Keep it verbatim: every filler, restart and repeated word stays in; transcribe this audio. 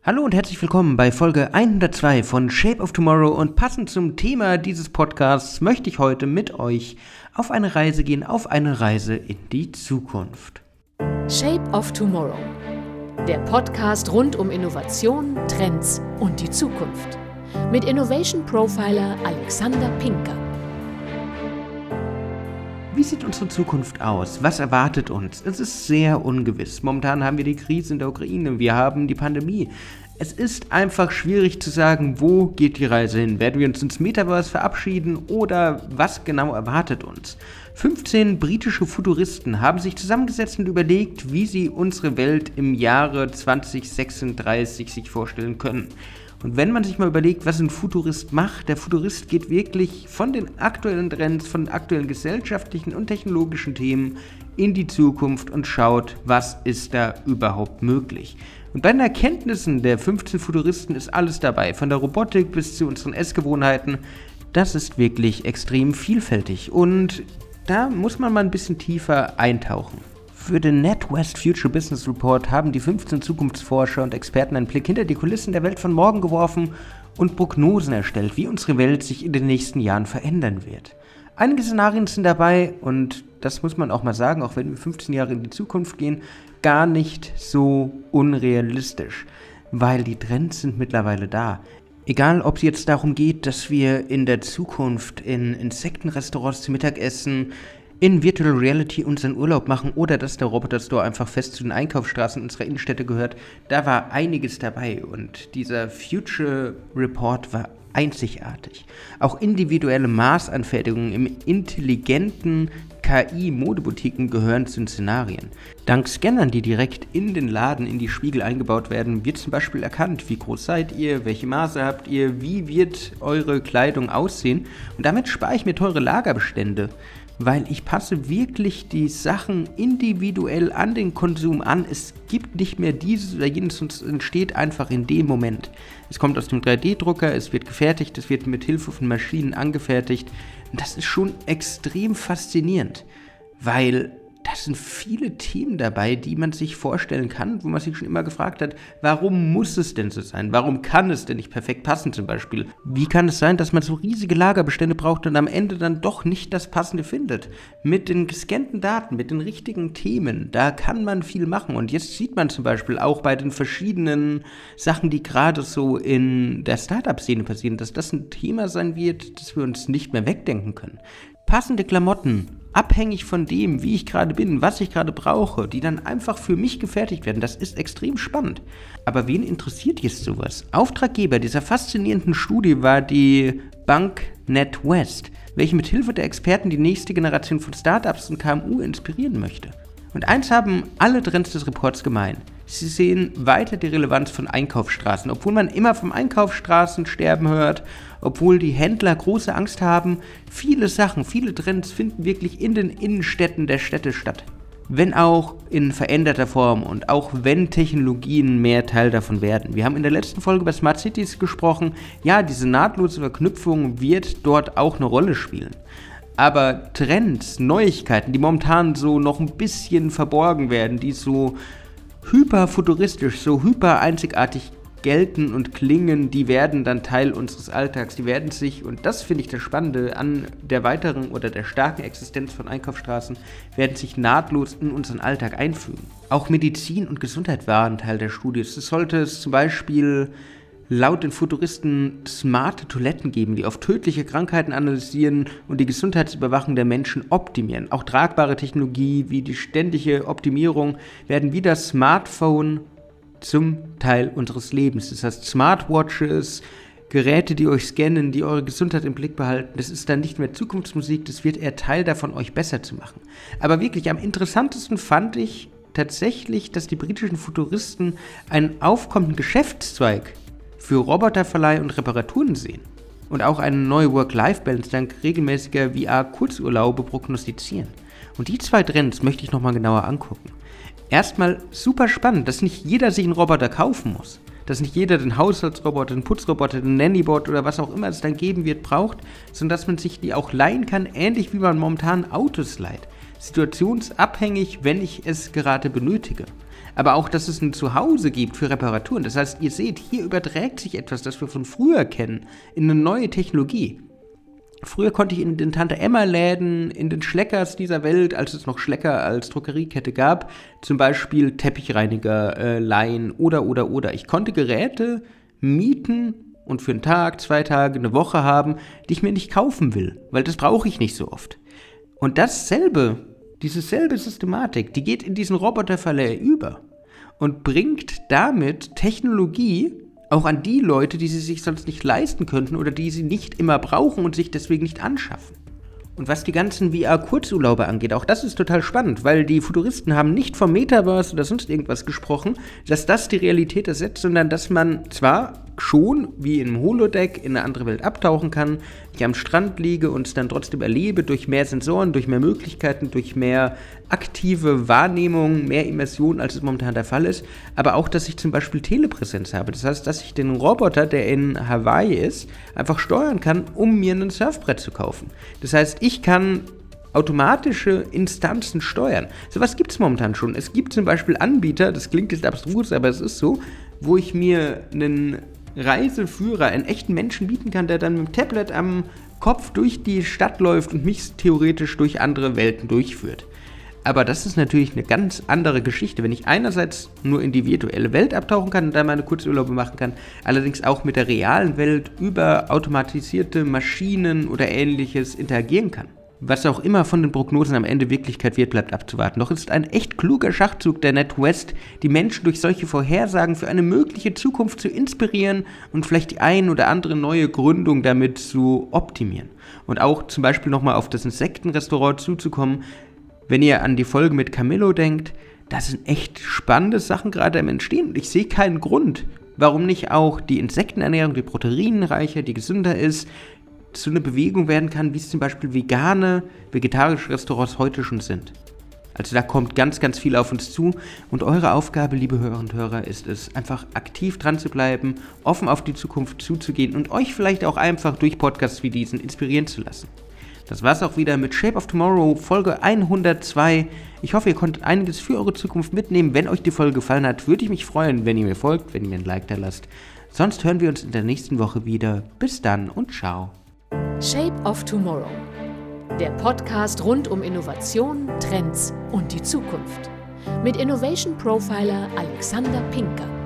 Hallo und herzlich willkommen bei Folge hundertzwei von Shape of Tomorrow, und passend zum Thema dieses Podcasts möchte ich heute mit euch auf eine Reise gehen, auf eine Reise in die Zukunft. Shape of Tomorrow, der Podcast rund um Innovation, Trends und die Zukunft mit Innovation Profiler Alexander Pinker. Wie sieht unsere Zukunft aus? Was erwartet uns? Es ist sehr ungewiss. Momentan haben wir die Krise in der Ukraine, wir haben die Pandemie. Es ist einfach schwierig zu sagen, wo geht die Reise hin? Werden wir uns ins Metaverse verabschieden oder was genau erwartet uns? fünfzehn britische Futuristen haben sich zusammengesetzt und überlegt, wie sie unsere Welt im Jahre zwanzig sechsunddreißig sich vorstellen können. Und wenn man sich mal überlegt, was ein Futurist macht, der Futurist geht wirklich von den aktuellen Trends, von den aktuellen gesellschaftlichen und technologischen Themen in die Zukunft und schaut, was ist da überhaupt möglich. Und bei den Erkenntnissen der fünfzehn Futuristen ist alles dabei, von der Robotik bis zu unseren Essgewohnheiten. Das ist wirklich extrem vielfältig und da muss man mal ein bisschen tiefer eintauchen. Für den NatWest Future Business Report haben die fünfzehn Zukunftsforscher und Experten einen Blick hinter die Kulissen der Welt von morgen geworfen und Prognosen erstellt, wie unsere Welt sich in den nächsten Jahren verändern wird. Einige Szenarien sind dabei und das muss man auch mal sagen, auch wenn wir fünfzehn Jahre in die Zukunft gehen, gar nicht so unrealistisch, weil die Trends sind mittlerweile da. Egal, ob es jetzt darum geht, dass wir in der Zukunft in Insektenrestaurants zu Mittag essen, in Virtual Reality unseren Urlaub machen oder dass der Roboter Store einfach fest zu den Einkaufsstraßen unserer Innenstädte gehört, da war einiges dabei und dieser Future Report war einzigartig. Auch individuelle Maßanfertigungen im intelligenten K I-Modeboutiquen gehören zu den Szenarien. Dank Scannern, die direkt in den Laden in die Spiegel eingebaut werden, wird zum Beispiel erkannt, wie groß seid ihr, welche Maße habt ihr, wie wird eure Kleidung aussehen, und damit spare ich mir teure Lagerbestände, weil ich passe wirklich die Sachen individuell an den Konsum an. Es gibt nicht mehr dieses oder jenes, es entsteht einfach in dem Moment. Es kommt aus dem drei D Drucker, es wird gefertigt, es wird mit Hilfe von Maschinen angefertigt. Und das ist schon extrem faszinierend, weil da sind viele Themen dabei, die man sich vorstellen kann, wo man sich schon immer gefragt hat, warum muss es denn so sein? Warum kann es denn nicht perfekt passen zum Beispiel? Wie kann es sein, dass man so riesige Lagerbestände braucht und am Ende dann doch nicht das Passende findet? Mit den gescannten Daten, mit den richtigen Themen, da kann man viel machen. Und jetzt sieht man zum Beispiel auch bei den verschiedenen Sachen, die gerade so in der Startup-Szene passieren, dass das ein Thema sein wird, das wir uns nicht mehr wegdenken können. Passende Klamotten, abhängig von dem, wie ich gerade bin, was ich gerade brauche, die dann einfach für mich gefertigt werden, das ist extrem spannend. Aber wen interessiert jetzt sowas? Auftraggeber dieser faszinierenden Studie war die Bank NatWest, welche mit Hilfe der Experten die nächste Generation von Startups und K M U inspirieren möchte. Und eins haben alle Trends des Reports gemein. Sie sehen weiter die Relevanz von Einkaufsstraßen, obwohl man immer vom Einkaufsstraßensterben hört, obwohl die Händler große Angst haben. Viele Sachen, viele Trends finden wirklich in den Innenstädten der Städte statt. Wenn auch in veränderter Form und auch wenn Technologien mehr Teil davon werden. Wir haben in der letzten Folge über Smart Cities gesprochen. Ja, diese nahtlose Verknüpfung wird dort auch eine Rolle spielen. Aber Trends, Neuigkeiten, die momentan so noch ein bisschen verborgen werden, die so hyperfuturistisch, so hyper einzigartig gelten und klingen, die werden dann Teil unseres Alltags, die werden sich, und das finde ich das Spannende an der weiteren oder der starken Existenz von Einkaufsstraßen, werden sich nahtlos in unseren Alltag einfügen. Auch Medizin und Gesundheit waren Teil der Studie. Es sollte es zum Beispiel laut den Futuristen smarte Toiletten geben, die auf tödliche Krankheiten analysieren und die Gesundheitsüberwachung der Menschen optimieren. Auch tragbare Technologie wie die ständige Optimierung werden wie das Smartphone zum Teil unseres Lebens. Das heißt Smartwatches, Geräte, die euch scannen, die eure Gesundheit im Blick behalten. Das ist dann nicht mehr Zukunftsmusik, das wird eher Teil davon, euch besser zu machen. Aber wirklich am interessantesten fand ich tatsächlich, dass die britischen Futuristen einen aufkommenden Geschäftszweig für Roboterverleih und Reparaturen sehen und auch eine neue Work-Life-Balance dank regelmäßiger V R-Kurzurlaube prognostizieren. Und die zwei Trends möchte ich nochmal genauer angucken. Erstmal super spannend, dass nicht jeder sich einen Roboter kaufen muss, dass nicht jeder den Haushaltsroboter, den Putzroboter, den Nannybot oder was auch immer es dann geben wird, braucht, sondern dass man sich die auch leihen kann, ähnlich wie man momentan Autos leiht. situationsabhängig, wenn ich es gerade benötige. Aber auch, dass es ein Zuhause gibt für Reparaturen. Das heißt, ihr seht, hier überträgt sich etwas, das wir von früher kennen, in eine neue Technologie. Früher konnte ich in den Tante-Emma-Läden, in den Schleckers dieser Welt, als es noch Schlecker als Drogeriekette gab, zum Beispiel Teppichreiniger äh, leihen oder, oder, oder. Ich konnte Geräte mieten und für einen Tag, zwei Tage, eine Woche haben, die ich mir nicht kaufen will, weil das brauche ich nicht so oft. Und dasselbe, diese selbe Systematik, die geht in diesen Roboterverleih über und bringt damit Technologie auch an die Leute, die sie sich sonst nicht leisten könnten oder die sie nicht immer brauchen und sich deswegen nicht anschaffen. Und was die ganzen V R-Kurzurlaube angeht, auch das ist total spannend, weil die Futuristen haben nicht vom Metaverse oder sonst irgendwas gesprochen, dass das die Realität ersetzt, sondern dass man zwar schon wie im Holodeck in eine andere Welt abtauchen kann, ich am Strand liege und es dann trotzdem erlebe durch mehr Sensoren, durch mehr Möglichkeiten, durch mehr aktive Wahrnehmung, mehr Immersion, als es momentan der Fall ist, aber auch, dass ich zum Beispiel Telepräsenz habe. Das heißt, dass ich den Roboter, der in Hawaii ist, einfach steuern kann, um mir ein Surfbrett zu kaufen. Das heißt, ich kann automatische Instanzen steuern. Sowas gibt es momentan schon. Es gibt zum Beispiel Anbieter, das klingt jetzt abstrus, aber es ist so, wo ich mir einen Reiseführer, einen echten Menschen bieten kann, der dann mit dem Tablet am Kopf durch die Stadt läuft und mich theoretisch durch andere Welten durchführt. Aber das ist natürlich eine ganz andere Geschichte, wenn ich einerseits nur in die virtuelle Welt abtauchen kann und da meine Kurzurlaube machen kann, allerdings auch mit der realen Welt über automatisierte Maschinen oder Ähnliches interagieren kann. Was auch immer von den Prognosen am Ende Wirklichkeit wird, bleibt abzuwarten. Doch es ist ein echt kluger Schachzug der NatWest, die Menschen durch solche Vorhersagen für eine mögliche Zukunft zu inspirieren und vielleicht die ein oder andere neue Gründung damit zu optimieren. Und auch zum Beispiel nochmal auf das Insektenrestaurant zuzukommen, wenn ihr an die Folge mit Camillo denkt, da sind echt spannende Sachen gerade am Entstehen und ich sehe keinen Grund, warum nicht auch die Insektenernährung, die proteinreicher, die gesünder ist, zu einer Bewegung werden kann, wie es zum Beispiel vegane, vegetarische Restaurants heute schon sind. Also da kommt ganz, ganz viel auf uns zu und eure Aufgabe, liebe Hörer und Hörer, ist es, einfach aktiv dran zu bleiben, offen auf die Zukunft zuzugehen und euch vielleicht auch einfach durch Podcasts wie diesen inspirieren zu lassen. Das war's auch wieder mit Shape of Tomorrow, Folge hundertzwei. Ich hoffe, ihr konntet einiges für eure Zukunft mitnehmen. Wenn euch die Folge gefallen hat, würde ich mich freuen, wenn ihr mir folgt, wenn ihr mir ein Like da lasst. Sonst hören wir uns in der nächsten Woche wieder. Bis dann und ciao. Shape of Tomorrow. Der Podcast rund um Innovation, Trends und die Zukunft. Mit Innovation Profiler Alexander Pinker.